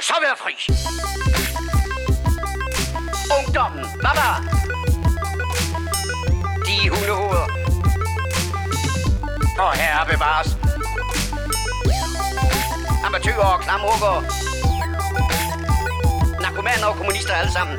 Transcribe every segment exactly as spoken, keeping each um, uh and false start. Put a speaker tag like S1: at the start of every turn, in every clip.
S1: jeg så være fri. Ungdommen, baba. De hundehoveder. Og herre bevares. Amatøger og klamrukker. Narkomaner og kommunister alle sammen.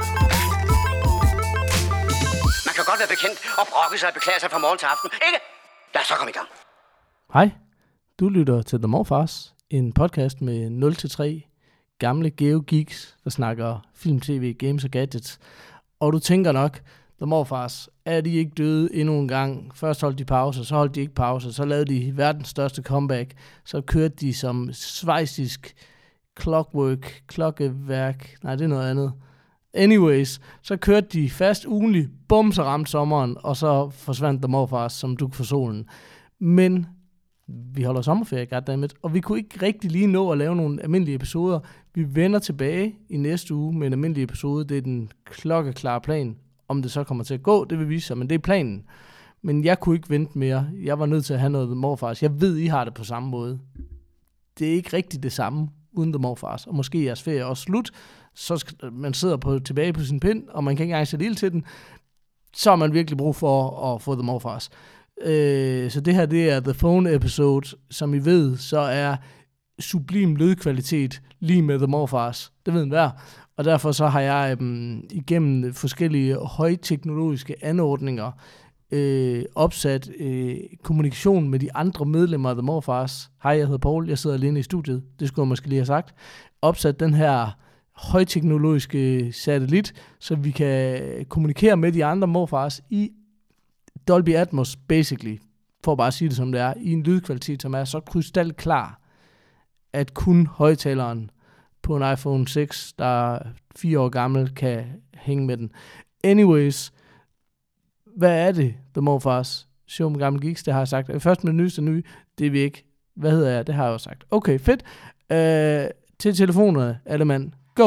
S1: Man kan godt være bekendt og brokke sig og beklage sig fra morgen til aften, ikke? Lad os så komme i gang.
S2: Hej, du lytter til The Morfars, en podcast med nul til tre gamle geogeeks, der snakker film, tv, games og gadgets. Og du tænker nok, The Morfars, er de ikke døde endnu en gang? Først holdt de pause, så holdt de ikke pause, så lavede de verdens største comeback, så kørte de som schweizisk clockwork, klokkeværk, nej det er noget andet. Anyways, så kørte de fast ugenligt, bum, så ramte sommeren, og så forsvandt The Morfars som dug for solen. Men vi holder sommerferie, goddammit, og vi kunne ikke rigtig lige nå at lave nogle almindelige episoder. Vi vender tilbage i næste uge med en almindelig episode. Det er den klokkeklare plan. Om det så kommer til at gå, det vil vise sig, men det er planen. Men jeg kunne ikke vente mere. Jeg var nødt til at have noget The Morfars. Jeg ved, I har det på samme måde. Det er ikke rigtig det samme uden The Morfars, og måske jeres ferie er også slut. Så skal, man sidder på, tilbage på sin pind, og man kan ikke engang sætte ild til den. Så har man virkelig brug for at få The Morfars. Øh, så det her, det er The Phone episode. Som I ved, så er sublim lydkvalitet lige med The Morfars. Det ved enhver. Og derfor så har jeg øhm, igennem forskellige højteknologiske anordninger øh, opsat øh, kommunikation med de andre medlemmer af The Morfars. Hej, jeg hedder Paul, jeg sidder alene i studiet. Det skulle jeg måske lige have sagt. Opsat den her højteknologiske satellit, så vi kan kommunikere med de andre Morfars i Dolby Atmos, basically, for bare at sige det som det er, i en lydkvalitet, som er så krystalklar, at kun højtaleren på en iPhone seks, der er fire år gammel, kan hænge med den. Anyways, hvad er det, The Morfars? Show med gamle geeks, det har jeg sagt. Først med det nyeste nye, det er vi ikke. Hvad hedder jeg? Det har jeg også sagt. Okay, fedt. Uh, til telefonerne, alle mand. Go!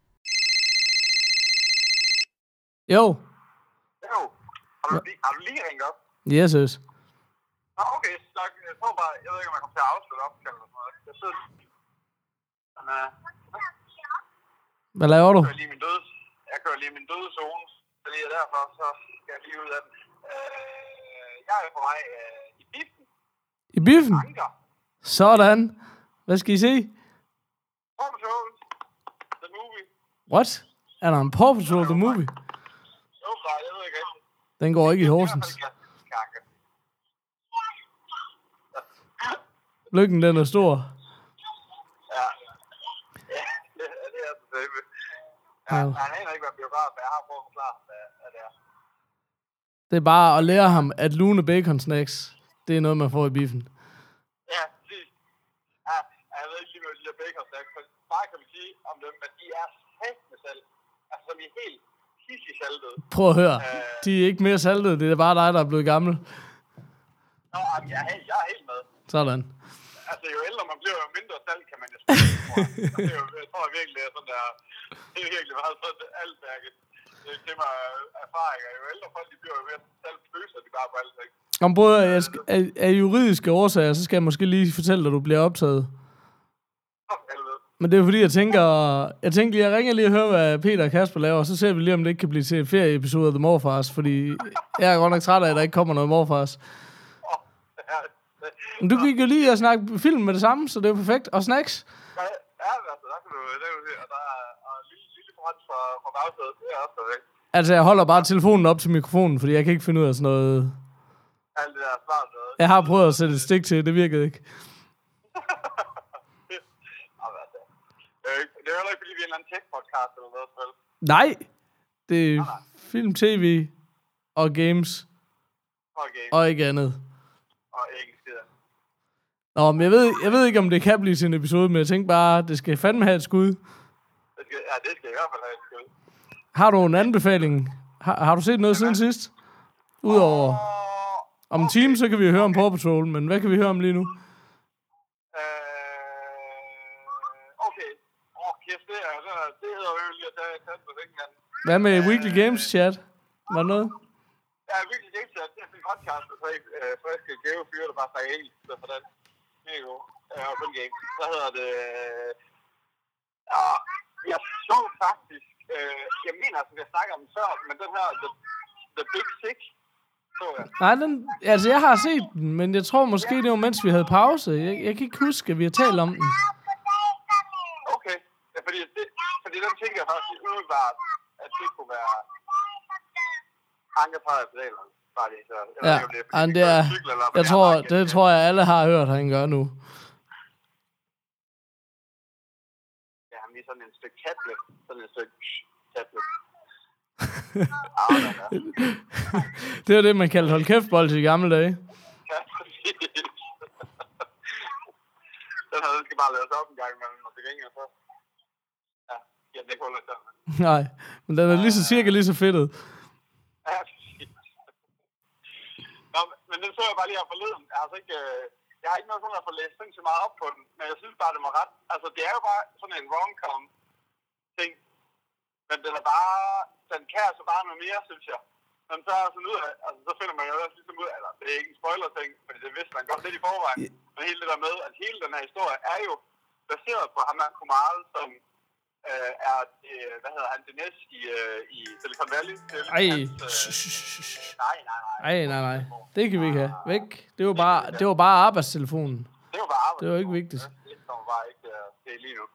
S2: Jo.
S3: Jo. Har du, lige, har du lige ringet op?
S2: Yes, yes.
S3: Nå, okay. Så jeg tror bare, jeg ved ikke, om jeg kommer til at afslutte op. Eller sådan noget. Jeg sidder... Men, uh...
S2: Hvad laver du?
S3: Jeg kører lige min døde, jeg kører lige min døde zone. Så lige derfor, så skal jeg lige ud af den. Uh, jeg er på vej uh, i biffen.
S2: I biffen?
S3: Anker.
S2: Sådan. Hvad skal I se?
S3: Paw Patrol. The movie.
S2: What? Er der en Paw Patrol The Movie?
S3: Jo, bare, jeg ved ikke rigtigt.
S2: Den går ikke i Horsens. Lykken, den er stor.
S3: Ja. Ja, det er det er selvfølgelig. Ja, han aner ikke, hvad biograf er. Jeg har prøvet at forklare, hvad det er.
S2: Det er bare at lære ham, at lune bacon snacks, det er noget, man får i biffen.
S3: Ja, præcis. Ja, jeg ved ikke lige, hvad de der bacon snacks, for bare kan man sige om dem, men de er helt med salt. Altså, som i helt hissig saltet.
S2: Prøv at høre.
S3: Øh,
S2: de er ikke mere saltede, det er bare dig, der er blevet gammel.
S3: Nå, jeg er helt, jeg er helt med.
S2: Sådan.
S3: Altså, jo ældre man bliver, jo mindre salt kan man jo spise, tror jeg. Det er jo, jeg tror virkelig, det er sådan der, det er virkelig meget sådan alt værket. Det er til mig erfaringer. Jo ældre folk, de bliver jo mere salt følelser, de bare på alt ting.
S2: Om både af, af, af juridiske årsager, så skal jeg måske lige fortælle dig, at du bliver optaget. Men det er fordi, jeg tænker, jeg tænker lige, jeg ringer lige og hører, hvad Peter og Kasper laver, og så ser vi lige, om det ikke kan blive til en ferieepisode af The Morfars, fordi jeg er godt nok træt af, at der ikke kommer noget Morfars. Men du gik jo lige og snakke film med det samme, så det er perfekt. Og snacks?
S3: Ja, altså, der kan du, det er jo det, og der er en lille, lille brand fra, fra bagsædet, det er også perfekt.
S2: Altså, jeg holder bare telefonen op til mikrofonen, fordi jeg kan ikke finde ud af sådan noget.
S3: Alt det der smart noget.
S2: Jeg har prøvet at sætte et stik til, det virkede ikke.
S3: Det er heller ikke, fordi vi er en eller anden tech-podcast eller noget, vel?
S2: Nej, det er ah, film, tv og games.
S3: Og games.
S2: Og ikke andet.
S3: Og ikke skider.
S2: Nå, men jeg ved, jeg ved ikke, om det kan blive til en episode, men jeg tænkte bare, det skal fandme have et skud.
S3: Det skal, ja, det skal i hvert fald have et skud.
S2: Har du en anbefaling? Har, har du set noget siden sidst? Udover oh, om en okay. time, så kan vi høre okay. om Paw Patrol, men hvad kan vi høre om lige nu? Det, er, det hedder jo lige at tage, tage på sengen. Hvad med uh, Weekly Games Chat? Var det noget?
S3: Ja, Weekly Games Chat, det er en podcast med tre uh, friske gave-fyre, der bare snakker helt for den. Mega god. Uh, Open Game. Så hedder det... Uh, faktisk, øh, jeg mener altså, vi har snakket om den før, men den her, The, The Big Sick, så jeg.
S2: Nej, den, altså jeg har set den, men jeg tror måske, det var mens vi havde pause. Jeg, jeg kan ikke huske, at vi har talt om den.
S3: Okay, ja, fordi, det, fordi den tænker jeg faktisk umiddelbart, at det kunne være ankertræet på reglerne. Så jeg
S2: ja,
S3: ved, det er,
S2: det er,
S3: cykler, eller,
S2: jeg tror, det tror jeg alle har hørt, han gør nu.
S3: Ja, han er sådan en stykke tablet, sådan en stykke tablet. ah, ja.
S2: Det var det, man kaldte hold kæft-bold i gamle dage.
S3: Ja, præcis. Den havde den skal bare laves op en gang, men når det ringer, så... Ja, ja, det kunne jeg sådan.
S2: Nej, men den er lige så cirka lige så fedtet.
S3: Ja, præcis. Nå, men den så jeg bare lige her forleden. Jeg har altså ikke... Øh, jeg har ikke noget sådan at få læst så meget op på den, men jeg synes bare, det var ret... Altså, det er jo bare sådan en rom-com ting. Men den er bare... Den kan altså bare noget mere, synes jeg. Men så, sådan ud af, altså, så finder man jo også ligesom ud af... Eller, det er ikke en spoiler-ting, fordi det vidste man godt lidt i forvejen. Yeah. Men hele det der med, at hele den her historie er jo baseret på ham her Kumail, som øh, er... Øh, hvad hedder han? Dinesh i, øh, i Silicon Valley.
S2: Ej.
S3: Hans, øh, nej, nej, nej.
S2: Ej, nej, nej. Det kan vi ikke have. Væk. Det var bare, det var bare arbejdstelefonen.
S3: Det var bare
S2: Det var ikke vigtigt.
S3: Det var bare ikke det lige nu.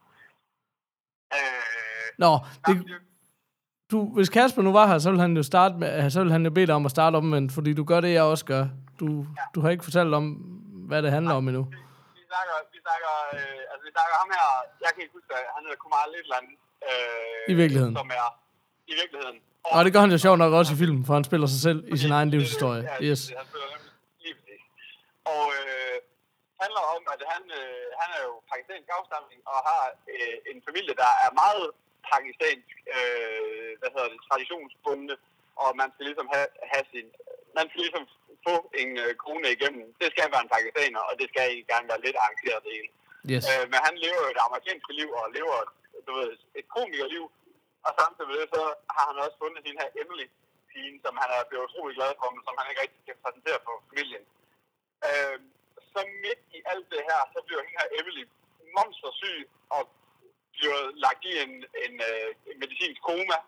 S3: Øh,
S2: Nå, det, du, hvis Kasper nu var her, så ville han jo starte med, så ville han jo bede dig om at starte omvendt, fordi du gør det, jeg også gør. Du, ja. du har ikke fortalt om, hvad det handler om endnu.
S3: Vi, vi snakker, vi snakker, øh, altså vi snakker ham her, jeg kan ikke huske, at han hedder Kumail et eller andet. Øh,
S2: I virkeligheden.
S3: Som er, i virkeligheden. Og,
S2: og det gør han jo sjovt nok også i filmen, for han spiller sig selv i sin egen livshistorie.
S3: Ja,
S2: yes.
S3: det, han spiller nemlig lige præcis. Og øh, handler om, at han, øh, han er jo pakistansk afstamning, og har øh, en familie, der er meget pakistansk, øh, hvad hedder det, traditionsbundne, og man skal ligesom have, have sin, man skal ligesom få en øh, kone igennem. Det skal være en pakistaner, og det skal ikke gerne være lidt arrangeret det hele.
S2: Yes.
S3: Øh, men han lever jo et amerikansk liv, og lever du ved, et komikerliv, og samtidig med det, så har han også fundet sin her Emily-pigen, som han er blevet utrolig glad for, men som han ikke rigtig kan præsentere for familien. Øh, så midt i alt det her, så bliver hende her Emily monstersyg, og bliver lagt i en, en, øh, en medicinsk koma.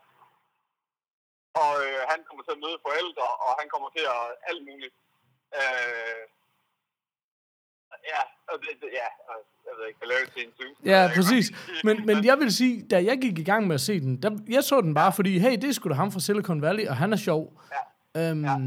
S3: Og øh, han kommer til at møde forældre, og han kommer til at alt muligt. Øh, ja, og det, ja, jeg ved ikke, hvad laver til en syg.
S2: Ja, præcis. Men, men jeg vil sige, da jeg gik i gang med at se den, der, jeg så den bare, fordi, hey, det er sgu da ham fra Silicon Valley, og han er sjov.
S3: Ja.
S2: Øhm,
S3: ja.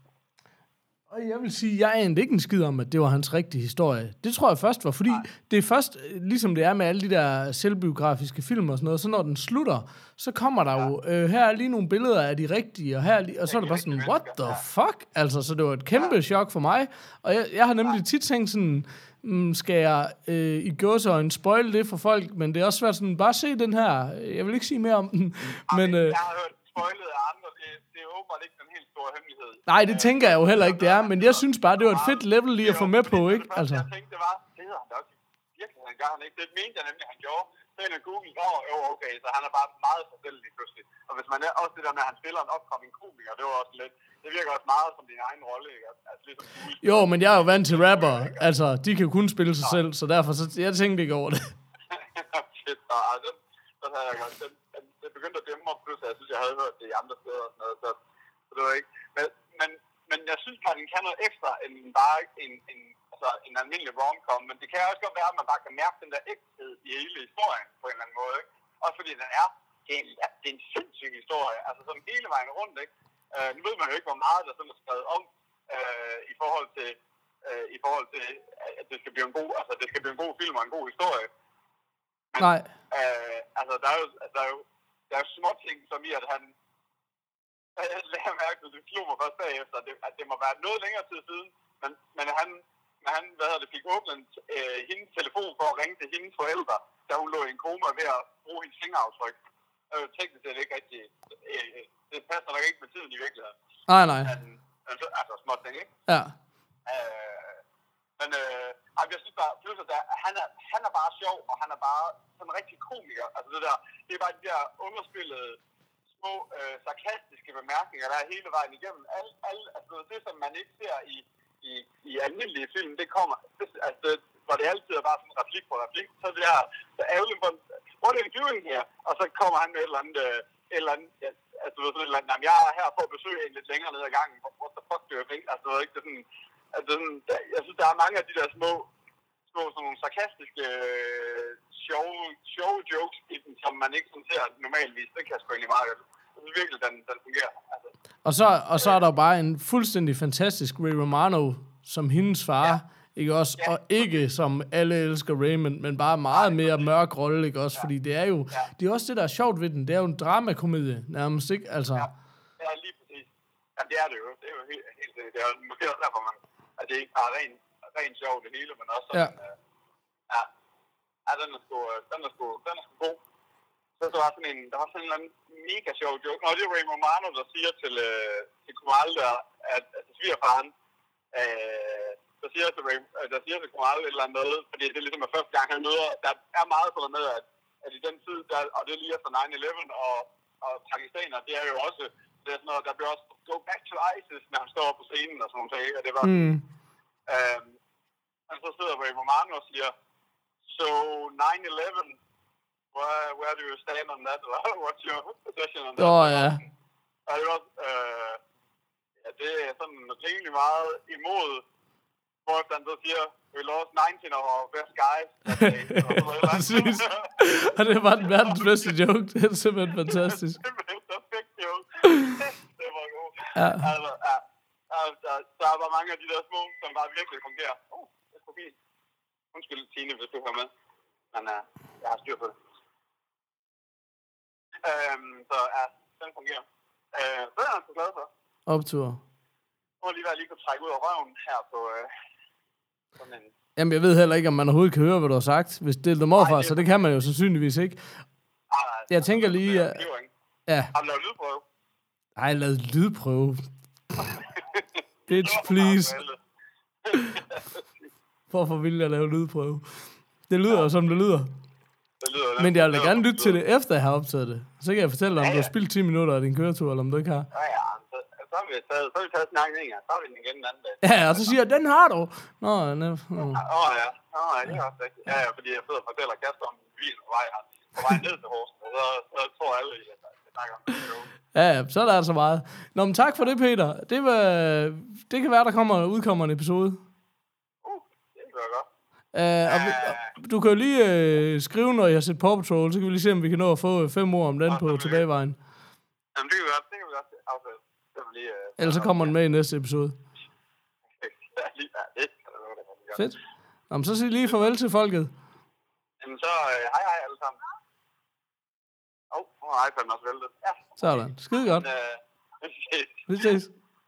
S2: Og jeg vil sige, jeg anede ikke en skid om, at det var hans rigtige historie. Det tror jeg først var, fordi Nej. det er først, ligesom det er med alle de der selvbiografiske film og sådan noget, så når den slutter, så kommer der ja. jo, øh, her er lige nogle billeder af de rigtige, og her er lige, og så er det bare sådan, what the fuck? Altså, så det var et kæmpe ja. chok for mig. Og jeg, jeg har nemlig ja. tit tænkt sådan, mm, skal jeg øh, i gåseøjne spoil det for folk, men det er også svært sådan, bare se den her. Jeg vil ikke sige mere om den.
S3: Ja,
S2: men, øh,
S3: jeg har hørt spoilet af andre, det, det er åbenbart ikke den helt store hemmelighed.
S2: Nej, det tænker jeg jo heller ikke, det er, men jeg synes bare, det var et fedt level lige at få med på, ikke?
S3: Det altså. Jeg tænkte, det var, det hedder han da også virkelig, han gør han ikke. Det mente jeg nemlig, han gjorde. Så er en Google, åh, jo, okay, så han er bare meget sig selv lige pludselig. Og hvis man er også det der med, at han spiller en upcoming komiker, det var også lidt, det virker også meget som din egen rolle, ikke? Altså, ligesom,
S2: jo, men jeg er jo vant til rapper, altså, de kan jo kun spille sig selv, så derfor, så jeg tænkte ikke over det.
S3: Shit, og altså, så havde jeg godt, den, det begyndte at dæmme mig, plus jeg synes, jeg havde hørt det i andre steder og sådan noget, så, så det var ikke, men, men, men jeg synes bare, den kan noget ekstra, end bare en, en, altså, en almindelig rom-com, men det kan også godt være, at man bare kan mærke den der ægthed i hele historien, på en eller anden måde, ikke? Også fordi den er, det er en, det er en sindssyg historie, altså sådan hele vejen rundt, ikke? Uh, nu ved man jo ikke, hvor meget der sådan er skrevet om, uh, i forhold til, uh, i forhold til, at det skal blive en god, altså det skal blive en god film og en god historie. Men,
S2: Nej.
S3: Uh, altså, der er jo, der er jo, der er jo små ting, som i, at han, jeg lader mærke til, det slog mig først bagefter, at det, at det må være noget længere tid siden, men, men han, han hvad hedder det, fik åbnet uh, hendes telefon for at ringe til hendes forældre, da hun lå i en koma ved at bruge hendes fingeraftryk. Og jeg tænkte, det er ikke rigtig, uh, det passer nok ikke med tiden i virkeligheden.
S2: Nej, nej.
S3: Men, altså, altså små ting, ikke?
S2: Ja.
S3: Uh, men øh, jeg synes bare, pludselig, at han er, han er bare sjov, og han er bare sådan en rigtig komiker. Altså det der, det er bare de der underspillede, små, øh, sarkastiske bemærkninger, der er hele vejen igennem. Alle, alle, altså det, som man ikke ser i, i, i almindelige film, det kommer, det, altså det, hvor det altid er bare sådan replik på replik, så det her, så ærgerligt på, what are you doing here? Og så kommer han med et eller andet, et eller andet, ja, altså, du ved, sådan et eller andet, jamen, jeg er her for at besøge en lidt længere ned ad gangen, what the fuck do you think? Altså, det er ikke sådan, altså, sådan, jeg synes, der er mange af de der små, små sådan nogle sarkastiske, sjove, sjove jokes i den, som man ikke sådan ser normalvis, det kan jeg sgu egentlig meget godt. Jeg synes virkelig, den, den fungerer. Altså.
S2: Og så, og så er der bare en fuldstændig fantastisk Ray Romano som hendes far, ja. Ikke også? Ja. Og ikke som alle elsker Raymond, men bare meget mere mørk rolle, ikke også? Ja. Fordi det er jo, ja. det er også det, der er sjovt ved den. Det er jo en dramakomedie, nærmest, ikke? Altså.
S3: Ja. Ja, lige præcis. Ja, det er det jo. Det er jo helt, helt det er jo måske også derfor, man, at det ikke bare er rent, rent sjovt det hele, men også sådan, ja. Øh, ja. Ja, den er sgu, den er sgu, den er sgu god. Så der var sådan en, der var sådan en eller anden mega sjov joke. Nå, det er Ray Romano, der siger til, øh, til Kumal, der, at, at svigerfaren, øh, der siger til Ray, der siger til Kumal et eller andet, fordi det er ligesom at første gang, han møder, der er meget sådan med, at, at i den tid, der, og det er lige efter nine eleven, og, og pakistaner, det er jo også, det er sådan noget, der bliver også go back to ISIS, når han står på scenen og sådan nogle ting, og det var mm. øh, og så sidder Ray Romano og siger, so nine eleven, Where, where do you stand on that? What's your position on that?
S2: Åh, oh, ja.
S3: Og det var, øh, ja, det er sådan rimelig meget imod, hvor han så siger, we lost nineteen of our best guys.
S2: Præcis. Og det var den verdens bedste joke. Det er simpelthen fantastisk.
S3: Det er simpelthen perfekt joke. Det var god.
S2: Ja.
S3: Altså, ja. Altså, der, der er bare mange af de der små, som bare virkelig fungerer. Åh, oh, det er forbi. Undskyld, Tine, hvis du hører med. Men uh, jeg har styr på det. Øhm, så ja, den fungerer. Øh, så er jeg så glad for.
S2: Optur.
S3: Nu må lige være lige kunne trække ud af røven her på øh, sådan en...
S2: Jamen, jeg ved heller ikke, om man overhovedet kan høre, hvad du har sagt. Hvis det er det morfar, så det kan man jo sandsynligvis ikke.
S3: Nej, nej.
S2: Jeg tænker lige...
S3: Det er, ja. Har du lavet lydprøve?
S2: Nej, jeg lavede lydprøve. Bitch, please. Hvorfor vil jeg lave lydprøve? Det lyder jo, som det lyder. Men jeg vil gerne lytte til det, efter jeg har optaget det. Så kan jeg fortælle dig, om ja, ja. du har spildt ti minutter af din køretur, eller om du ikke har.
S3: Ja, ja. Så, så har vi taget, så har vi taget snakken en gang. Så har vi den igen den anden dag.
S2: Ja, og så siger jeg, den har du. Nå, nej.
S3: Åh, oh, ja. Åh, oh, ja, det er også rigtigt. Ja, ja, fordi jeg sidder og fortæller Kasper om min bil på vej her. På vej ned til Horsen. Og så, så tror alle, at jeg snakker om det.
S2: Ja, så er der altså meget. Nå, men tak for det, Peter. Det, var, det kan være, der kommer, udkommer en episode.
S3: Uh, det kan være godt.
S2: Uh, og vi, du kan jo lige uh, skrive, når jeg har set Paw Patrol, så kan vi lige se, om vi kan nå at få fem ord om den ja, på tilbagevejen.
S3: Jamen, det kan vi godt, det kan vi godt aftale. Det vil lige... Uh,
S2: Ellers så kommer den med i næste episode.
S3: Ja, lige, ja, det kan du godt.
S2: Fedt. Nå, men så sig lige farvel til folket.
S3: Jamen, så uh, hej hej alle sammen. Åh, oh, nu har iPaden også væltet. Ja.
S2: Sådan, skide godt.
S3: Men, uh,
S2: vi ses.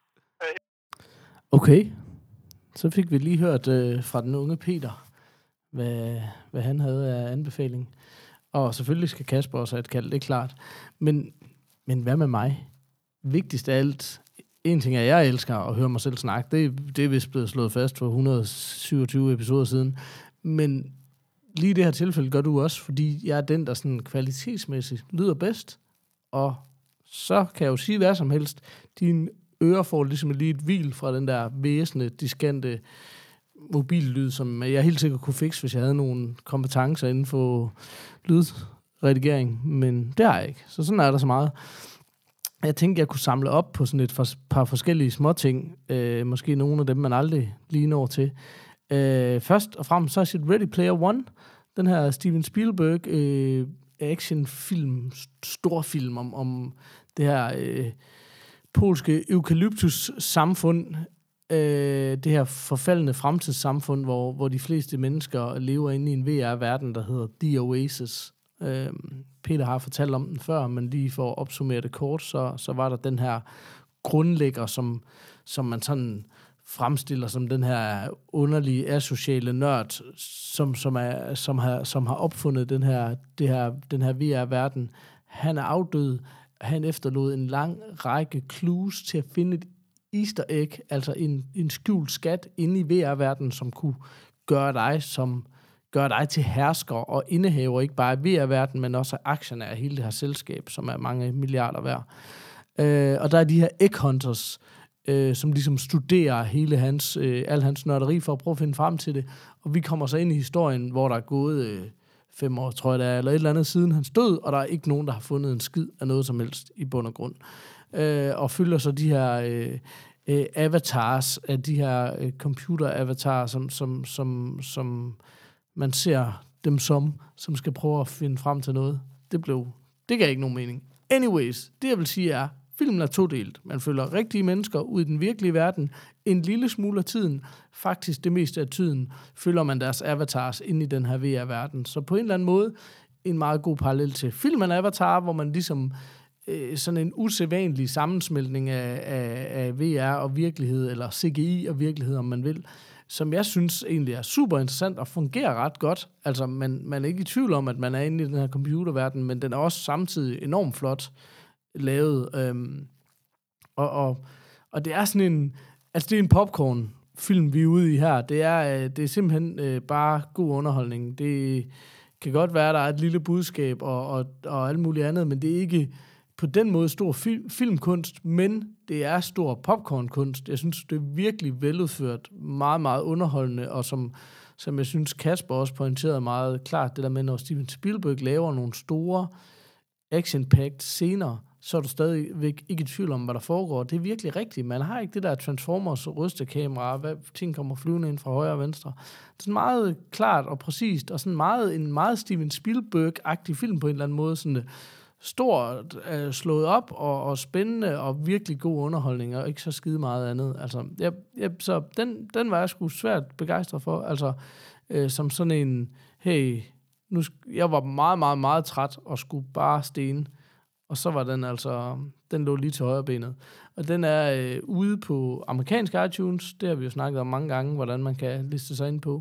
S2: Okay, så fik vi lige hørt uh, fra den unge Peter, Hvad, hvad han havde af anbefaling. Og selvfølgelig skal Kasper også have et kald, det er klart. Men, men hvad med mig? Vigtigst af alt, en ting er, at jeg elsker at høre mig selv snakke. Det, det er vist blevet slået fast for et hundrede og syvogtyve episoder siden. Men lige i det her tilfælde gør du også, fordi jeg er den, der sådan kvalitetsmæssigt lyder bedst. Og så kan jeg jo sige hvad som helst. Dine ører får ligesom lige et hvil fra den der væsende, diskante mobillyd, som jeg helt sikkert kunne fikse, hvis jeg havde nogle kompetencer inden for lydredigering, men det har jeg ikke. Så sådan er der så meget. Jeg tænkte, jeg kunne samle op på sådan et for, par forskellige småting. Øh, måske nogle af dem, man aldrig lige når til. Øh, først og fremmest så har jeg set Ready Player One. Den her Steven Spielberg øh, actionfilm, storfilm om, om det her øh, polske eukalyptus-samfund. Øh, det her forfaldende fremtidssamfund, hvor, hvor de fleste mennesker lever inde i en V R-verden, der hedder The Oasis. Øh, Peter har fortalt om den før, men lige for at opsummere det kort, så, så var der den her grundlægger, som, som man sådan fremstiller som den her underlige, asociale nørd, som, som, er, som, har, som har opfundet den her, det her, den her V R-verden. Han er afdød. Han efterlod en lang række clues til at finde et easter egg, altså en, en skjult skat inde i V R-verdenen, som kunne gøre dig, som, gøre dig til hersker og indehaver, ikke bare i V R-verdenen, men også aktierne af hele det her selskab, som er mange milliarder værd. Øh, og der er de her egg hunters øh, som ligesom studerer hele hans, øh, al hans nørderi for at prøve at finde frem til det. Og vi kommer så ind i historien, hvor der er gået øh, fem år, tror jeg det er, eller et eller andet siden hans død, og der er ikke nogen, der har fundet en skid af noget som helst i bund og grund. Øh, og følger så de her øh, øh, avatars, af de her øh, computer-avatars, som, som, som, som man ser dem som, som skal prøve at finde frem til noget. Det blev, det gav ikke nogen mening. Anyways, det jeg vil sige er, filmen er todelt. Man følger rigtige mennesker ud i den virkelige verden. En lille smule af tiden, faktisk det meste af tiden, følger man deres avatars ind i den her V R-verden. Så på en eller anden måde, en meget god parallel til filmen Avatar, hvor man ligesom øh, sådan en usædvanlig sammensmeltning af, af, af V R og virkelighed, eller C G I og virkelighed, om man vil, som jeg synes egentlig er super interessant og fungerer ret godt. Altså, man, man er ikke i tvivl om, at man er inde i den her computerverden, men den er også samtidig enormt flot lavet. Øhm, og, og, og det er sådan en, altså det er en popcorn-film, vi er ude i her. Det er, det er simpelthen øh, bare god underholdning. Det kan godt være, der er et lille budskab og, og, og alt muligt andet, men det er ikke på den måde stor fil- filmkunst, men det er stor popcornkunst. Jeg synes, det er virkelig veludført, meget, meget underholdende, og som, som jeg synes, Kasper også pointerede meget klart, det der med, når Steven Spielberg laver nogle store action-packed scener, så er du stadigvæk ikke i tvivl om, hvad der foregår. Det er virkelig rigtigt. Man har ikke det der Transformers rystekamera, hvad ting kommer flyvende ind fra højre og venstre. Det er sådan meget klart og præcist, og sådan meget, en meget Steven Spielberg-agtig film på en eller anden måde, sådan stort øh, slået op og, og spændende og virkelig god underholdning, og ikke så skide meget andet. Altså, jeg, jeg, så den, den var jeg sgu svært begejstret for. Altså, øh, som sådan en, hey, nu, jeg var meget, meget, meget træt og skulle bare stene. Og så var den altså, den lå lige til højre benet. Og den er øh, ude på amerikansk iTunes. Det har vi jo snakket om mange gange, hvordan man kan liste sig ind på.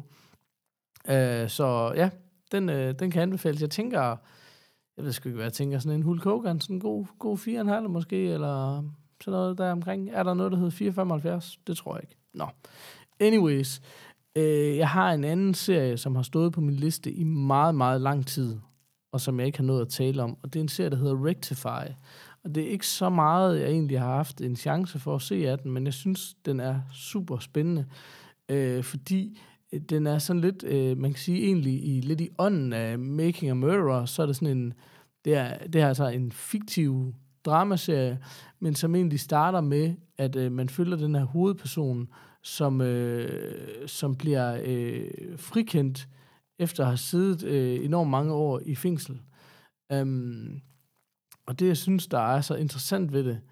S2: Øh, så ja, den, øh, den kan anbefales. Jeg tænker, jeg ved sgu ikke, hvad jeg tænker, sådan en Hulk Hogan, sådan en god, god fire komma fem måske, eller sådan noget der omkring. Er der noget, der hedder fire komma femoghalvfjerds? Det tror jeg ikke. Nå. Anyways, øh, jeg har en anden serie, som har stået på min liste i meget, meget lang tid, og som jeg ikke har nået at tale om, og det er en serie, der hedder Rectify. Og det er ikke så meget, jeg egentlig har haft en chance for at se af den, men jeg synes, den er super spændende, øh, fordi den er sådan lidt, øh, man kan sige egentlig, i, lidt i ånden af Making a Murderer, så er det sådan en, det er, det er altså en fiktiv dramaserie, men som egentlig starter med, at øh, man følger den her hovedperson, som, øh, som bliver øh, frikendt, efter at have siddet øh, enormt mange år i fængsel. Um, og det, jeg synes, der er så interessant ved det,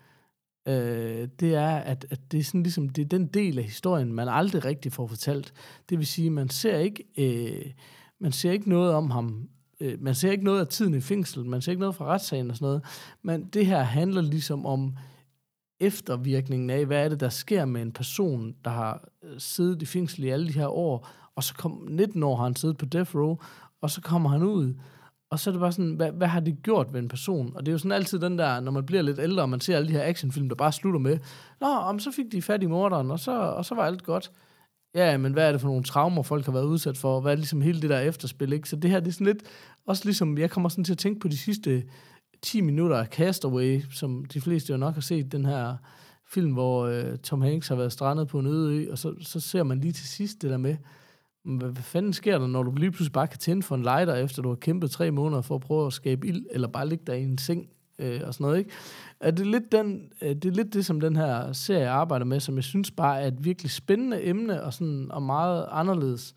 S2: øh, det er, at, at det er sådan ligesom, det er den del af historien, man aldrig rigtig får fortalt. Det vil sige, man ser ikke, øh, man ser ikke noget om ham, øh, man ser ikke noget af tiden i fængsel, man ser ikke noget fra retssagen og sådan noget, men det her handler ligesom om eftervirkningen af, hvad er det, der sker med en person, der har siddet i fængsel i alle de her år, og så kom nitten år har han siddet på death row, og så kommer han ud, og så er det bare sådan, hvad, hvad har det gjort ved en person? Og det er jo sådan altid den der, når man bliver lidt ældre, og man ser alle de her actionfilm, der bare slutter med, nå, om så fik de fat i morderen, og så, og så var alt godt. Ja, men hvad er det for nogle traumer, folk har været udsat for? Hvad er det ligesom hele det der efterspil, ikke? Så det her, det er sådan lidt, også ligesom, jeg kommer sådan til at tænke på de sidste ti minutter af Castaway, som de fleste jo nok har set, den her film, hvor øh, Tom Hanks har været strandet på en øde ø, og så, så ser man lige til sidst det der med, hvad, hvad fanden sker der, når du lige pludselig bare kan tænde for en lighter, efter du har kæmpet tre måneder for at prøve at skabe ild, eller bare ligge der i en seng, øh, og sådan noget, ikke? Er det, lidt den, øh, det er lidt det, som den her serie arbejder med, som jeg synes bare er et virkelig spændende emne, og, sådan, og meget anderledes.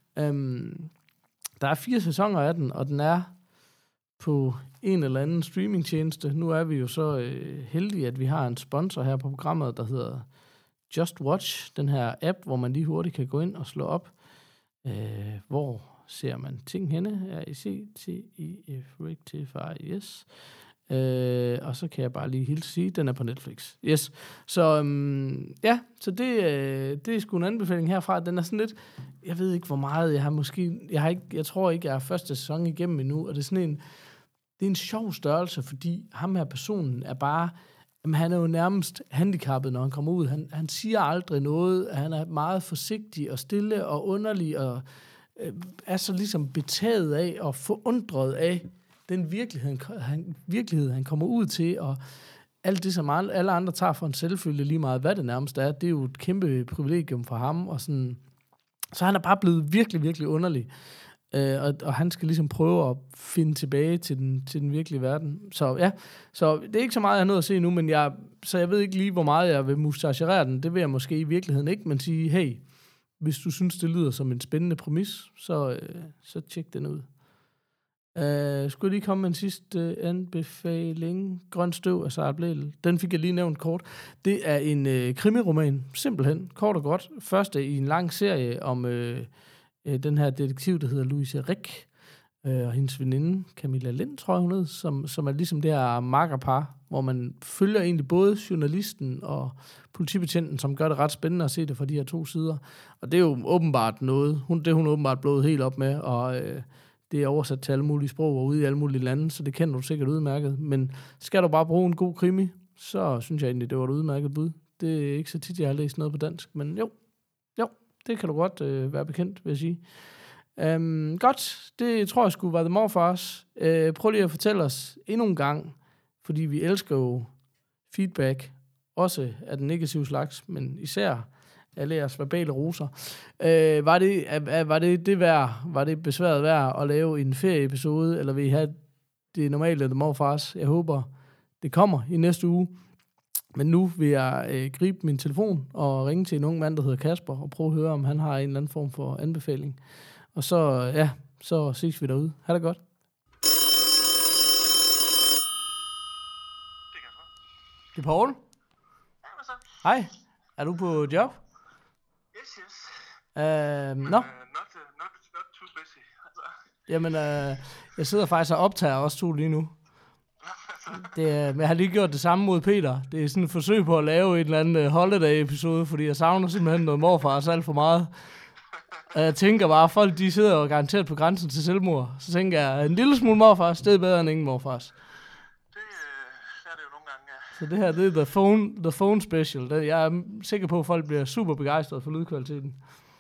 S2: Um, der er fire sæsoner af den, og den er på en eller anden streamingtjeneste. Nu er vi jo så øh, heldige, at vi har en sponsor her på programmet, der hedder Just Watch, den her app, hvor man lige hurtigt kan gå ind og slå op, øh, hvor ser man ting henne, R E C T I F Rectify, yes. Øh, og så kan jeg bare lige hilse sige, den er på Netflix. Yes. Så øhm, ja, så det, øh, det er sgu en anbefaling herfra. Den er sådan lidt, jeg ved ikke hvor meget, jeg har måske, jeg har ikke, jeg tror ikke, jeg er første sæson igennem endnu, og det er sådan en, det er en sjov størrelse, fordi ham her personen er bare, jamen, han er jo nærmest handicappet, når han kommer ud. Han, han siger aldrig noget, han er meget forsigtig og stille og underlig, og øh, er så ligesom betaget af og forundret af den virkelighed han, han, virkelighed, han kommer ud til, og alt det, som alle andre tager for en selvfølge lige meget, hvad det nærmest er, det er jo et kæmpe privilegium for ham, og sådan, så han er bare blevet virkelig, virkelig underlig. Øh, og, og han skal ligesom prøve at finde tilbage til den, til den virkelige verden. Så ja, så det er ikke så meget, jeg har nået at se nu, men jeg, så jeg ved ikke lige, hvor meget jeg vil mustachere den. Det vil jeg måske i virkeligheden ikke, men sige, hey, hvis du synes, det lyder som en spændende præmis, så, øh, så tjek den ud. Uh, skulle jeg lige komme med en sidste uh, anbefaling? Grøn støv af Sara Blædel. Den fik jeg lige nævnt kort. Det er en uh, krimiroman, simpelthen, kort og godt. Første i en lang serie om uh, uh, den her detektiv, der hedder Louise Rick, uh, og hendes veninde, Camilla Lind, tror jeg hun hed, som, som er ligesom det her makkerpar, hvor man følger egentlig både journalisten og politibetjenten, som gør det ret spændende at se det fra de her to sider. Og det er jo åbenbart noget, hun, det er hun åbenbart blået helt op med, og uh, det er oversat til alle mulige sprog og ude i alle mulige lande, så det kender du sikkert udmærket. Men skal du bare bruge en god krimi, så synes jeg egentlig, det var et udmærket bud. Det er ikke så tit, jeg har læst noget på dansk, men jo, jo det kan du godt øh, være bekendt, vil jeg sige. Øhm, godt, det tror jeg skulle være The Morfars. Øh, prøv lige at fortælle os endnu en gang, fordi vi elsker jo feedback, også af den negative slags, men især alle jeres verbale roser. Øh, var, det, var det det værd, var det besværet værd at lave en ferieepisode, eller vil I have det normale The Morfars? Jeg håber, det kommer i næste uge. Men nu vil jeg øh, gribe min telefon og ringe til en ung mand, der hedder Kasper, og prøve at høre, om han har en eller anden form for anbefaling. Og så, ja, så ses vi derude. Ha' det godt. Det er Poul. Hej. Er du på job?
S4: Yes, yes.
S2: Uh, Nå.
S4: Uh, not, uh, not, not too busy. Altså.
S2: Jamen, uh, jeg sidder faktisk og optager også to lige nu. Det, uh, men jeg har lige gjort det samme mod Peter. Det er sådan et forsøg på at lave en eller anden uh, holiday-episode, fordi jeg savner simpelthen noget morfars alt for meget. Og jeg tænker bare, at folk de sidder jo garanteret på grænsen til selvmord. Så tænker jeg, en lille smule morfars, det er bedre end ingen morfars.
S4: Det uh, er det jo nogle gange, ja.
S2: Så det her, det er The Phone, the phone Special. Det, jeg er sikker på, at folk bliver super begejstrede for lydkvaliteten.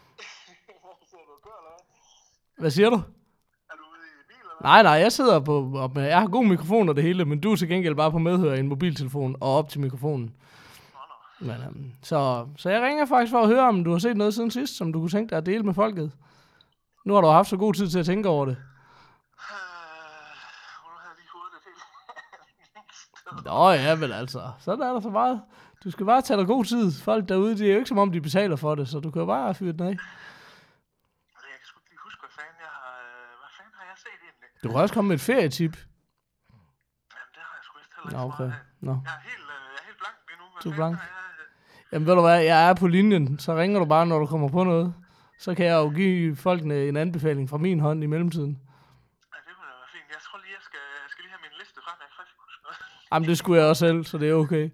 S2: Hvad siger du?
S4: Er du ude i bil, eller hvad?
S2: Nej, nej, jeg sidder på, op med, jeg har god mikrofon og det hele, men du er til gengæld bare på medhør i en mobiltelefon og op til mikrofonen.
S4: Nå, nå.
S2: Men, um, så, så jeg ringer faktisk for at høre, om du har set noget siden sidst, som du kunne tænke dig at dele med folket. Nu har du haft så god tid til at tænke over det.
S4: Uh, nu har jeg lige hovedet det helt.
S2: Nå ja, men altså, sådan er der så meget. Du skal bare tage dig god tid. Folk derude, det er jo ikke som om, de betaler for det, så du kan jo bare fyre den af.
S4: Jeg kan sgu ikke lige huske, hvad fanden jeg har, hvad fanden har jeg set egentlig?
S2: Du kan også komme med et ferietip.
S4: Jamen, det har jeg sgu vist heller ikke
S2: Nå,
S4: så
S2: okay.
S4: meget af.
S2: Nå.
S4: Jeg er helt, øh, jeg er helt blank lige nu. Hvad
S2: Du er
S4: fanden
S2: blank.
S4: har jeg, øh,
S2: Jamen ved du hvad, jeg er på linjen, så ringer du bare, når du kommer på noget. Så kan jeg jo give folkene en anbefaling fra min hånd i mellemtiden.
S4: Ja, det kunne da være fint. Jeg tror lige, jeg skal, jeg skal lige have min liste frem. Jeg kan faktisk ikke huske noget.
S2: Jamen det skulle jeg også selv, så det er okay.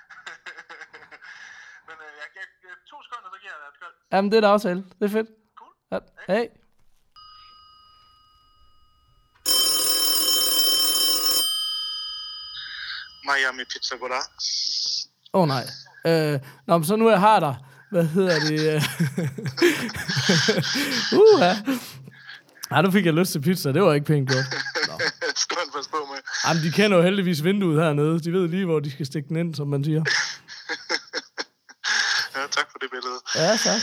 S4: Men øh, jeg, jeg, jeg, to sekunder, så giver jeg dig et skønt.
S2: Jamen det er da aftale. Det er fedt.
S4: Cool.
S2: Ja. Hey.
S4: Miami Pizza, goddag.
S2: Åh oh, nej. Øh, nå, men så nu jeg har dig. Hvad hedder det? uh, ja. Ej, nu fik jeg lyst til pizza. Det var ikke pænt godt.
S4: Skal man passe på med.
S2: Jamen, de kender jo heldigvis vinduet hernede. De ved lige, hvor de skal stikke den ind, som man siger.
S4: Ja, tak for det billede.
S2: Ja, tak.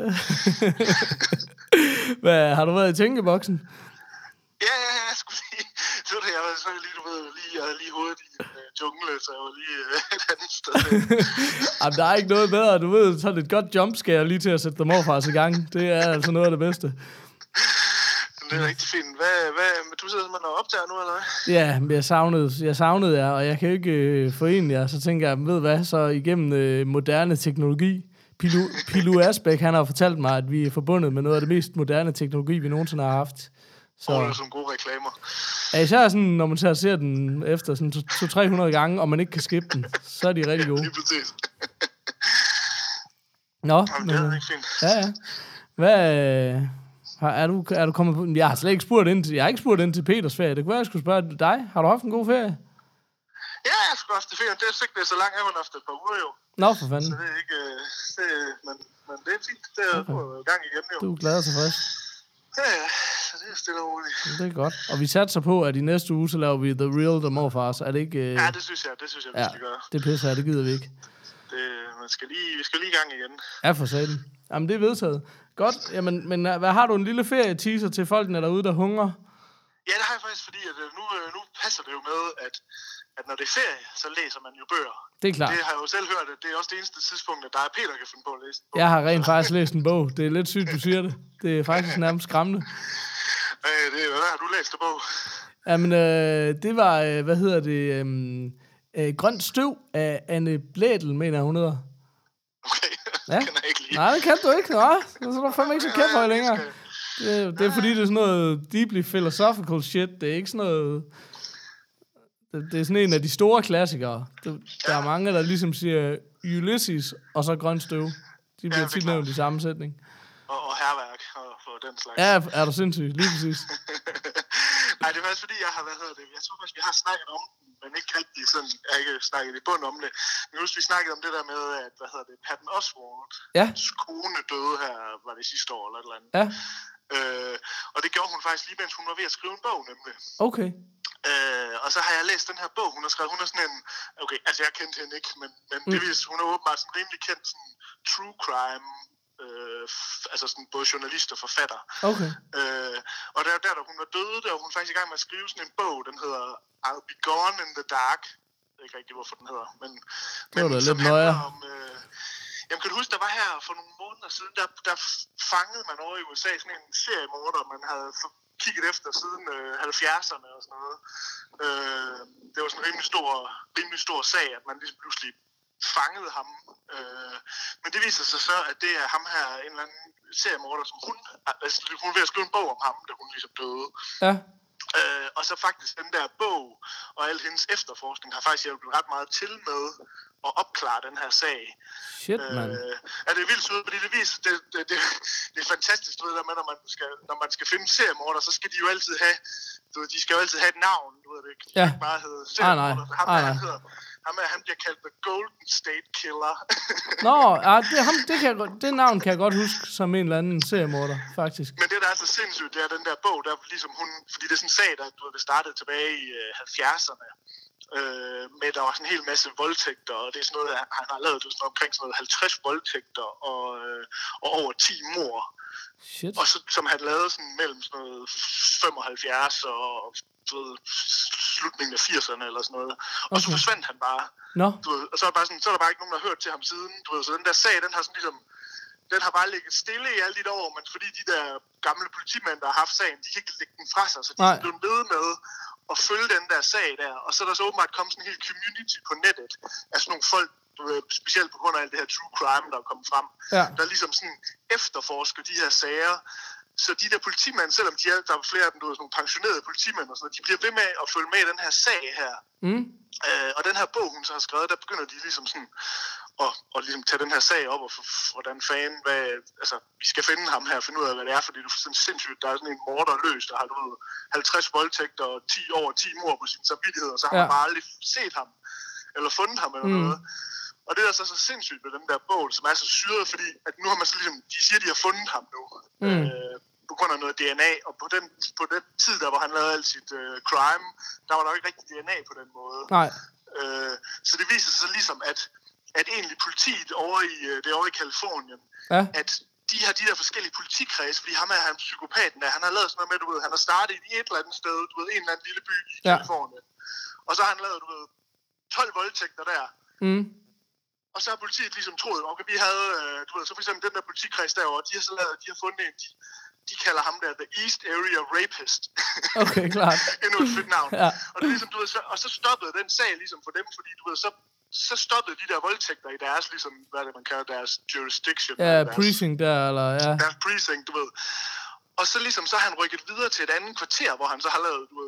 S2: Hvad, har du været i tænkeboksen?
S4: Ja, ja, ja, jeg skulle lige... Det var det, jeg var så lige, du ved, lige, jeg havde lige hovedet i en uh, jungle, så jeg var lige uh, et andet sted.
S2: Jamen, der er ikke noget bedre. Du ved, sådan et godt jumpscare lige til at sætte dig morfars i gang. Det er altså noget af det bedste.
S4: Det er rigtig fint. Hvad, hvad, du sidder simpelthen og optager nu, eller hvad?
S2: Ja, men jeg savnede, jeg savnede jer, og jeg kan jo ikke øh, forene jer. Så tænker jeg, ved hvad, så igennem øh, moderne teknologi. Pilu, Pilu Asbæk, han har fortalt mig, at vi er forbundet med noget af det mest moderne teknologi, vi nogensinde har haft. Så
S4: oh, det er sådan gode reklamer.
S2: ja, især sådan, når man tager ser den efter sådan to til tre hundrede gange, og man ikke kan skippe den, så er de rigtig gode.
S4: Lige præcis.
S2: Nå,
S4: Jamen,
S2: men,
S4: det er ikke fint.
S2: ja, ja. Hvad, øh, har, er, du, er du kommet på? Jeg har slet ikke spurgt ind til, jeg har ikke spurgt ind til Peters ferie. Det kunne være, jeg skulle spørge dig. Har du haft en god ferie?
S4: Ja, jeg skulle også det ferie. Det er sikkert, det er så langt, jeg har haft et par uger jo.
S2: Nå, for fanden.
S4: Så det er ikke... Det, men, men det er fint. Det er
S2: Okay.
S4: okay. gang igen jo.
S2: Du er glad og tilfreds.
S4: Ja, ja. Så så det er stille og roligt.
S2: Det er godt. Og vi satser på, at i næste uge, så laver vi The Real The Morfars. Er det ikke... Øh...
S4: Ja, det synes jeg, det synes jeg, vi
S2: ja,
S4: skal gøre.
S2: det pisser jeg, det gider vi ikke.
S4: Det, man skal lige, vi skal lige i gang igen.
S2: Ja, for satan. Jamen, det er vedtaget. Godt. Jamen, men hvad har du en lille ferie-teaser til folkene derude, der hungrer?
S4: Ja, det har jeg faktisk, fordi at nu, nu passer det jo med, at, at når det er ferie, så læser man jo bøger.
S2: Det er klart.
S4: Det har jeg jo selv hørt, at det er også det eneste tidspunkt, at der er Peter kan finde på at læse en bog.
S2: Jeg har rent faktisk læst en bog. Det er lidt sygt, du siger det. Det er faktisk nærmest skræmmende.
S4: Øh, det, hvad har du læst en bog?
S2: Jamen, øh, det var, øh, hvad hedder det, øh, øh, Grønt Støv af Anne Blædel, mener hun hedder.
S4: Okay,
S2: ja.
S4: Det kan jeg ikke lide.
S2: Nej, det kan du ikke. Nej, så er der fandme ikke så kæft for længere. Det, det er fordi, det er sådan noget deeply philosophical shit. Det er ikke sådan noget... Det, det er sådan en af de store klassikere. Det, der er mange, der ligesom siger Ulysses og så Grønt Støv. De bliver tit nævnt i samme sætning.
S4: Og, og herværk og for den slags.
S2: Ja, er du sindssygt. Lige præcis.
S4: Nej, det er faktisk fordi, jeg har, hvad hedder det, jeg tror faktisk, vi har snakket om den, men ikke rigtig sådan, jeg har ikke snakket i bund om det. Men husk, vi snakkede om det der med, at, hvad hedder det, Patton Oswalt,
S2: ja.
S4: kone døde her, var det sidste år eller et eller andet.
S2: Ja.
S4: Øh, og det gjorde hun faktisk lige, mens hun var ved at skrive en bog, nemlig.
S2: Okay.
S4: Øh, og så har jeg læst den her bog, hun har skrevet, hun er sådan en, okay, altså jeg kendte hende ikke, men, men mm. det viser, hun er åbenbart sådan rimelig kendt sådan true crime, øh, f- altså sådan både journalist og forfatter.
S2: Okay.
S4: Øh, og der, der, da hun var døde, der var hun faktisk i gang med at skrive sådan en bog, den hedder I'll Be Gone in the Dark. Jeg ved ikke rigtig, hvorfor den hedder, men,
S2: det var
S4: men
S2: da
S4: som
S2: lidt nøje.
S4: om, øh, jamen kan du huske, der var her for nogle måneder siden, der, der fangede man over i U S A sådan en seriemorder, man havde kigget efter siden øh, halvfjerdserne og sådan noget. Øh, det var sådan en rimelig stor, rimelig stor sag, at man ligesom pludselig fangede ham. Øh, men det viser sig så, at det er ham her, en eller anden seriemorder, som hun, altså hun er ved at skrive en bog om ham, da hun ligesom døde.
S2: Ja.
S4: Øh, og så faktisk den der bog og al hendes efterforskning har faktisk hjulpet ret meget til med at opklare den her sag.
S2: Shit, man.
S4: Øh, ja, det er vildt sødt, fordi det viser, det, det, det, det er fantastisk, du ved, der med, når man skal, når man skal finde seriemorder, så skal de jo altid have, du ved, de skal jo altid have et navn, du ved det ikke, de
S2: ja.
S4: ikke bare hedder seriemorder.
S2: Ah, nej.
S4: Ham,
S2: Ah,
S4: der,
S2: nej.
S4: han hedder, ham er, han bliver kaldt The Golden State Killer.
S2: Nå, ja, det, ham, det, kan jeg, godt- det navn kan jeg godt huske som en eller anden seriemorder, faktisk.
S4: Men det, der er så sindssygt, det er den der bog, der ligesom hun, fordi det er sådan en sag, der du ved, det startede tilbage i øh, halvfjerdserne, øh, med der var sådan en hel masse voldtægter, og det er sådan noget, han har lavet det sådan omkring sådan noget halvtreds voldtægter og, øh, og over ti mord.
S2: Shit.
S4: Og så, som han lavede sådan mellem sådan noget femoghalvfjerds og du ved, slutningen af firserne eller sådan noget. Og så
S2: Okay.
S4: forsvandt han bare.
S2: Nå,
S4: Du ved, og så er, der bare sådan, så er der bare ikke nogen, der har hørt til ham siden. Du ved, så den der sag, den har sådan ligesom, den har bare ligget stille i alle de år, men fordi de der gamle politimænd, der har haft sagen, de kan ikke lægge den fra sig, så de
S2: Nej.
S4: er blevet ved med at følge den der sag der. Og så er der så åbenbart kommet sådan en hel community på nettet af sådan nogle folk, du ved, specielt på grund af alt det her true crime, der er kommet frem,
S2: ja.
S4: der ligesom sådan efterforsker de her sager. Så de der politimænd, selvom de er, der er flere af dem, du ved, sådan nogle pensionerede politimænd og sådan noget, de bliver ved med at følge med i den her sag her.
S2: Mm.
S4: Øh, og den her bog, hun så har skrevet, der begynder de ligesom sådan at, at ligesom tage den her sag op, og for, hvordan fanden, hvad, altså, vi skal finde ham her og finde ud af, hvad det er, fordi det er sådan sindssygt, der er sådan en morder løs, der har, du ved, halvtreds voldtægter og ti over ti mord på sin samvittighed, og så har
S2: Ja.
S4: man bare aldrig set ham, eller fundet ham eller
S2: Mm.
S4: noget. Og det er så så sindssygt ved den der bog, som er så syret, fordi at nu har man så ligesom, de siger, de har fundet ham nu.
S2: Mm.
S4: Øh, på grund af noget D N A, og på den, på den tid, der hvor han lavede alt sit øh, crime, der var der jo ikke rigtig D N A på den måde.
S2: Nej.
S4: Øh, så det viser sig så ligesom, at, at egentlig politiet over i, øh, det er over i Kalifornien,
S2: Ja.
S4: at de har de der forskellige politikredse, fordi ham er han psykopaten der, han har lavet sådan noget med, du ved, han har startet i et eller andet sted, du ved, en eller anden lille by i
S2: Ja.
S4: Kalifornien. Og så har han lavet, du ved, tolv voldtægter der.
S2: Mm.
S4: Og så har politiet ligesom troet, okay, vi havde, øh, du ved, så for eksempel den der politikreds derovre, de har så lavet, de har fundet en, de, de kalder ham der The East Area Rapist.
S2: Okay, klart.
S4: Endnu et fedt navn.
S2: Ja.
S4: Og, det er ligesom, du ved, så, og så stoppede den sag ligesom for dem, fordi du ved, så, så stoppede de der voldtægter i deres, ligesom, hvad er det man kalder, deres jurisdiction.
S2: Ja,
S4: deres,
S2: precinct der, eller ja.
S4: deres precinct, du ved. Og så ligesom, så har han rykket videre til et andet kvarter, hvor han så har lavet, du ved,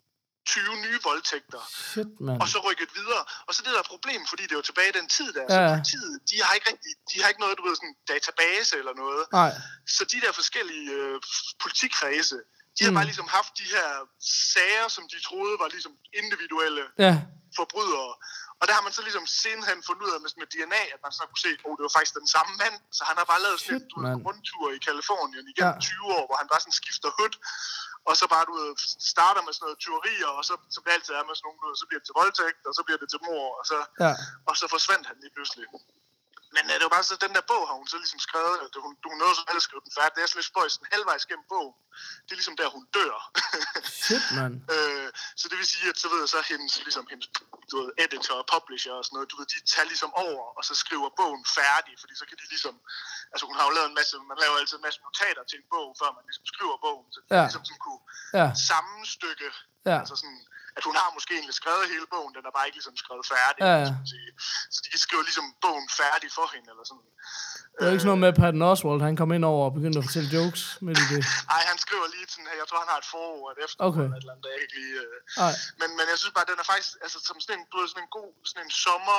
S4: tyve nye voldtægter.
S2: Shit, man.
S4: Og så rykket videre. Og så det der problem, fordi det er jo tilbage i den tid der,
S2: Ja, ja.
S4: så politiet, de har ikke rigtig, de har ikke noget, du ved, sådan database eller noget.
S2: Nej.
S4: Så de der forskellige øh, politikredse, de har
S2: Mm.
S4: bare ligesom haft de her sager, som de troede var ligesom individuelle
S2: Ja.
S4: forbrydere. Og der har man så ligesom sidenhen fundet ud af med, med D N A, at man så kunne se, at oh, det var faktisk den samme mand. Så han har bare lavet sådan
S2: Shit,
S4: en rundtur i Kalifornien igennem ja. tyve år, hvor han bare sådan skifter hood. Og så bare, du ved, starter med sådan noget tyverier, og så, som det altid er med sådan nogle, så bliver det til voldtægt, og så bliver det til mord, og så,
S2: ja.
S4: og så forsvandt han lige pludselig. Men uh, det var bare så, den der bog har hun så ligesom skrevet, at hun, hun nåede så alle skrevet den færdig. Det er sådan lidt spøjs, sådan halvvejs gennem bogen. Det er ligesom der, hun dør.
S2: Shit, man.
S4: øh, så det vil sige, at så ved jeg så hendes, ligesom hendes du ved, editor og publisher og sådan noget, du ved, de tager ligesom over, og så skriver bogen færdig, fordi så kan de ligesom, altså hun har jo lavet en masse, man laver altid en masse notater til en bog, før man ligesom skriver bogen, så de ja. ligesom sådan kunne ja. sammenstykke, ja. altså sådan, at hun har måske egentlig skrevet hele bogen, den er bare ikke ligesom skrevet færdig. Ja, ja. Så de skriver ligesom bogen færdig for hende, eller sådan.
S2: Det er ikke sådan noget med, at Patton Oswalt, han kom ind over og begyndte at fortælle jokes midt i det.
S4: Nej, han skriver lige sådan her, jeg tror, han har et forord, et efter,
S2: okay.
S4: eller et eller andet, der ikke lige... Øh. Men, men jeg synes bare, den er faktisk, altså som sådan en, sådan en god, sådan en sommer...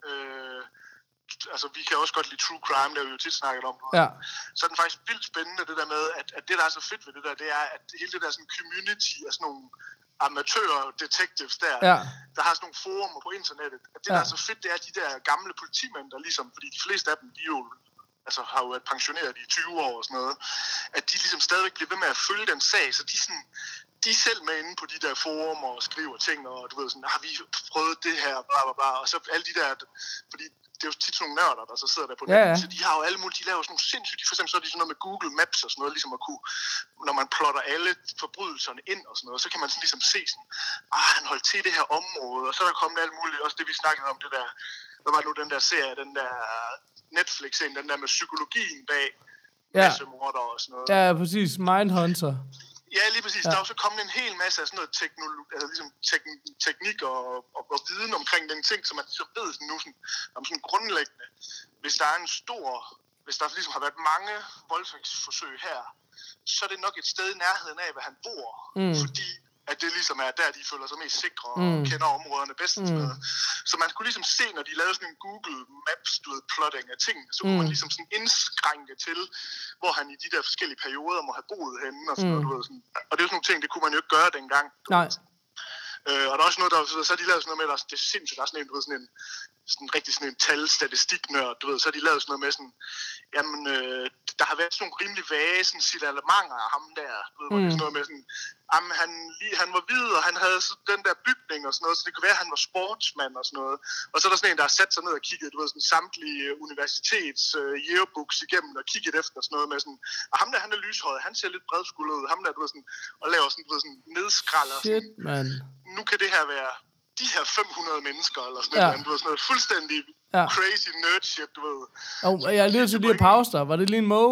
S4: Øh, altså, vi kan også godt lide true crime, det har vi jo tit snakket om.
S2: Ja.
S4: Så er den faktisk vildt spændende, det der med, at, at det, der er så fedt ved det der, det er, at hele det der sådan community af sådan nogle amatør-detectives der, ja. der har sådan nogle forumer på internettet. At det, ja. der er så fedt, det er de der gamle politimænd, der ligesom, fordi de fleste af dem, de jo altså har jo været pensioneret i tyve år og sådan noget, at de ligesom stadigvæk bliver ved med at følge den sag, så de sådan, de er selv med inde på de der forumer og skriver ting, og du ved sådan, har vi prøvet det her, bla bla bla, og så alle de der, fordi det er jo tit sådan nogle nørder, der så sidder der på ja, ja. Så de har jo alle mulige, de laver sådan nogle sindssygt, for eksempel så er de sådan noget med Google Maps og sådan noget, ligesom at kunne, når man plotter alle forbrydelserne ind og sådan noget, så kan man sådan ligesom se sådan, ah, han holdt til det her område, og så er der kommet alt muligt, også det vi snakkede om, det der, hvad var det nu, den der serie, den der Netflix-serien, den der med psykologien bag
S2: ja.
S4: massemorder og sådan noget.
S2: Ja, præcis, Mindhunter.
S4: Ja, lige præcis. Ja. Der er jo så kommet en hel masse af sådan noget teknologi, altså ligesom tek- teknik og, og, og viden omkring den ting, som man så ved sådan nu sådan, om sådan grundlæggende. Hvis der er en stor, hvis der ligesom har været mange voldtægtsforsøg her, så er det nok et sted i nærheden af, hvor han bor. Mm. Fordi at det ligesom er der, de føler sig mest sikre og mm. kender områderne bedst. Mm. Så man kunne ligesom se, når de lavede sådan en Google Maps, du ved, plotting af ting, så kunne mm. man ligesom sådan indskrænke til, hvor han i de der forskellige perioder må have boet henne og sådan mm. noget, du ved, sådan. Og det er jo sådan nogle ting, det kunne man jo ikke gøre dengang.
S2: Nej.
S4: Øh, og der er også noget, der så har de lavet sådan noget med, der, det er sindssygt, der er sådan en, du ved, sådan en, sådan rigtig sådan en tal-statistiknørd, du ved, så har de lavet sådan noget med sådan, jamen, øh, der har været sådan nogle rimelig vage sådan signalementer af ham der, du ved, mm. sådan noget med sådan, jamen, han, lige, han var hvid, og han havde den der bygning og sådan noget, så det kunne være, at han var sportsmand og sådan noget. Og så er der sådan en, der har sat sig ned og kigget, du ved, sådan samtlige universitets uh, yearbooks igennem og kigget efter sådan noget med sådan, og ham der, han er lyshøjet, han ser lidt bredskuldret ud, ham der, du ved, sådan, og laver sådan, du ved, sådan nedskralder.
S2: Shit, man.
S4: Nu kan det her være de her fem hundrede mennesker, eller sådan ja. noget, du ved, sådan noget fuldstændig ja. crazy nerd shit, du ved.
S2: Oh, jeg er lige til lige at pause dig. Var det lige en måge?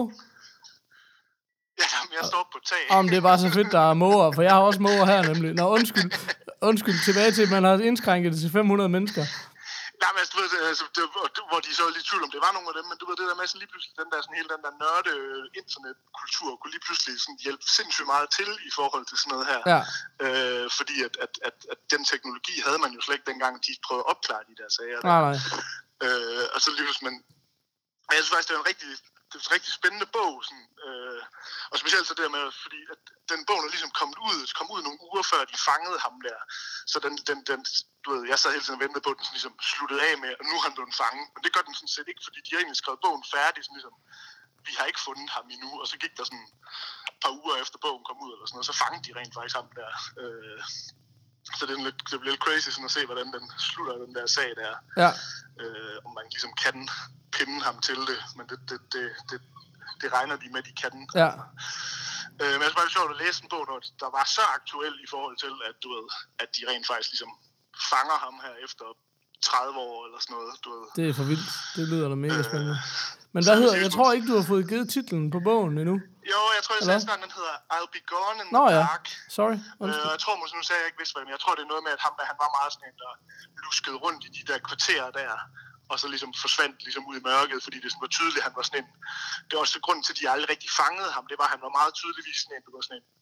S4: Ja, jeg står på tag.
S2: Om det er bare så fedt, der er måger, for jeg har også måger her nemlig. Nå, undskyld, undskyld tilbage til, at man har indskrænket det til fem hundrede mennesker.
S4: Nej, men altså, du ved, altså, det, hvor de så er lidt tvivl om, det var nogle af dem, men du ved, det der med sådan lige pludselig, den der, sådan, hele den der nørde internetkultur, kunne lige pludselig sådan hjælpe sindssygt meget til i forhold til sådan noget her. Ja. Øh, fordi at, at, at, at den teknologi havde man jo slet ikke dengang, de prøvede at opklare de der sager.
S2: Nej, nej.
S4: Øh, og så lige pludselig, men jeg synes faktisk, det er en rigtig, det er en rigtig spændende bog, sådan, øh, og specielt så det med, fordi at den bog er ligesom kommet ud, kom ud nogle uger før de fangede ham der, så den, den, den du ved, jeg sad hele tiden og ventede på, at den sådan ligesom sluttede af med, og nu er han blevet fanget, men det gør den sådan set ikke, fordi de har egentlig skrevet bogen færdig, sådan ligesom, vi har ikke fundet ham endnu, og så gik der sådan et par uger efter bogen kom ud, eller sådan noget, så fangede de rent faktisk ham der, øh, så det, er lidt, det bliver lidt crazy sådan at se, hvordan den slutter, den der sag der,
S2: ja.
S4: øh, om man ligesom kan pinde ham til det, men det, det, det, det, det regner de med, de kan.
S2: Ja.
S4: Øh, men jeg synes bare, det er sjovt at læse en bog, der var så aktuel i forhold til, at du ved, at de rent faktisk ligesom fanger ham her efter tredive år eller sådan noget, du ved.
S2: Det er for vildt. Det lyder da mega spændende. Øh, Men hvad hedder, jeg tror ikke, du har fået givet titlen på bogen endnu.
S4: Jo, jeg tror, jeg sagde snart, den hedder I'll Be Gone in
S2: Nå,
S4: the
S2: ja.
S4: Dark.
S2: Sorry.
S4: Øh, jeg tror måske, nu sagde jeg ikke vidste, hvad, men jeg tror, det er noget med, at ham der, han var meget sådan en, der luskede rundt i de der kvarterer der, og så ligesom forsvandt ligesom ud i mørket, fordi det var tydeligt, han var sådan en, det er også grund til, at de aldrig rigtig fangede ham, det var, at han var meget tydeligvis sådan en, du var sådan en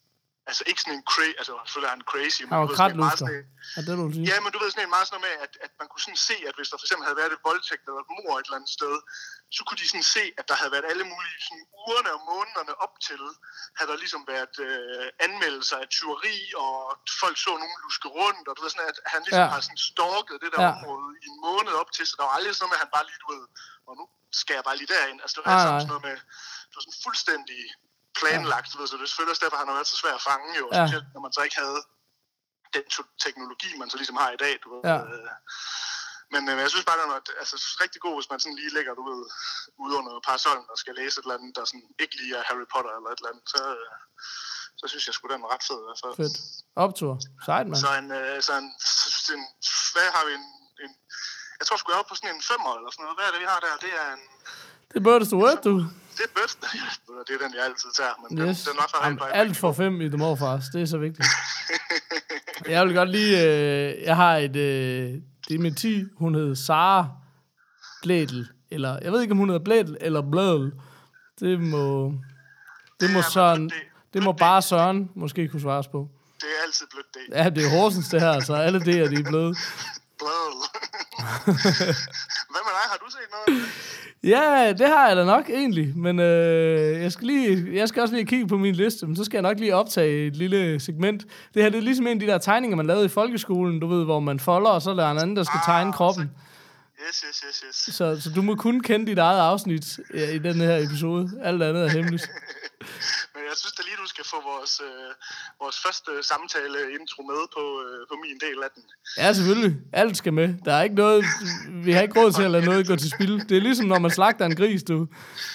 S4: Altså ikke sådan en crazy, altså selvfølgelig er han crazy, men
S2: Han var
S4: du ved, sådan en meget
S2: kratlusker.
S4: sådan,
S2: Er det, du vil sige?
S4: ja, men du ved sådan en meget sådan noget med, at, at man kunne sådan se, at hvis der for eksempel havde været et voldtægt eller et mord et eller andet sted, så kunne de sådan se, at der havde været alle mulige sådan ugerne og månederne op til, havde der ligesom været øh, anmeldelser af tyveri, og folk så nogen luske rundt, og du ved sådan, at han ligesom
S2: Ja.
S4: har sådan stalket det der
S2: Ja.
S4: område i en måned op til, så der var aldrig sådan noget med, at han bare lige, du ved, og nu skal jeg bare lige derind. Altså det var
S2: Nej,
S4: alt sammen
S2: nej.
S4: sådan noget med, det var sådan fuldstændig planlagt, ja. Ved, så det er selvfølgelig også derfor, han har været så svær at fange, jo,
S2: Ja.
S4: specielt når man så ikke havde den teknologi, man så ligesom har i dag, du ved.
S2: Ja.
S4: Men øh, jeg synes bare, det er noget, altså, rigtig god, hvis man sådan lige ligger, du ved, ude under parasollen og skal læse et eller andet, der sådan ikke lige er Harry Potter eller et eller andet, så, øh, så synes jeg sgu, den er ret fed i hvert fald.
S2: Fedt. Optur. Sejt, mand.
S4: Så en, øh, så en, en, hvad har vi en, en jeg tror sgu, jeg er oppe på sådan en femmer eller sådan noget. Hvad er det, vi har der? Det er en...
S2: Det er Birds to Word, du.
S4: Det er Birds. Det er den, jeg altid tager, men
S2: Yes.
S4: den, den var
S2: Jamen, alt for fem i The Morfars. Det er så vigtigt. Jeg vil godt lige... Øh, jeg har et... Øh, det er min ti. Hun hed Sara Blædel. Eller... Jeg ved ikke, om hun hedder Blædel eller Blædel. Det må... Det må
S4: er
S2: Søren...
S4: blødt D.
S2: Det må bare Søren måske kunne svares på.
S4: Det er altid blødt D.
S2: Ja, det er Horsens, det her. Så alle D'er, de er blevet...
S4: Blød. Hvad med dig? Har du set noget?
S2: Ja, det har jeg da nok egentlig, men øh, jeg, skal lige, jeg skal også lige kigge på min liste, men så skal jeg nok lige optage et lille segment. Det her det er ligesom en af de der tegninger, man lavede i folkeskolen, du ved, hvor man folder, og så er der en anden, der skal tegne kroppen.
S4: Yes, yes, yes, yes.
S2: Så, så du må kun kende dit eget afsnit ja, i den her episode. Alt andet er hemmeligt.
S4: Men jeg synes da lige, du skal få vores, øh, vores første samtale-intro med på, øh, på min del af den.
S2: Ja, selvfølgelig. Alt skal med. Der er ikke noget... Vi har ikke råd til at lade noget gå til spil. Det er ligesom, når man slagter en gris, du.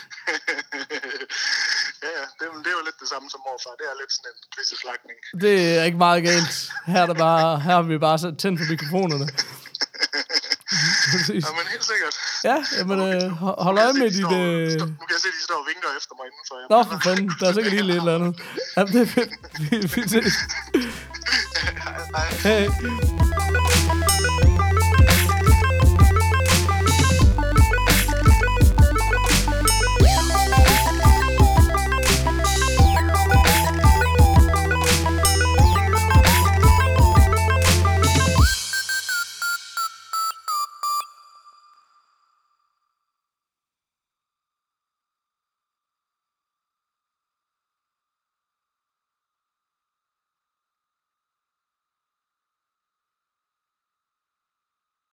S4: Ja, ja. Det, det er jo lidt det samme som morfar. Det er lidt sådan en griseslagtning.
S2: Det er ikke meget galt. Her er, der bare, her har vi bare sat tændt på mikrofonerne. Præcis.
S4: Ja, men helt sikkert.
S2: Ja, jamen, øh, hold øje med dit... Øh...
S4: Nu kan jeg se, at de står og vinker efter mig indenfor.
S2: Nå, for fanden. Der er sikkert lige lidt eller andet. Ja, det er fedt. Vi, vi ses.
S4: Hej.
S2: Hey.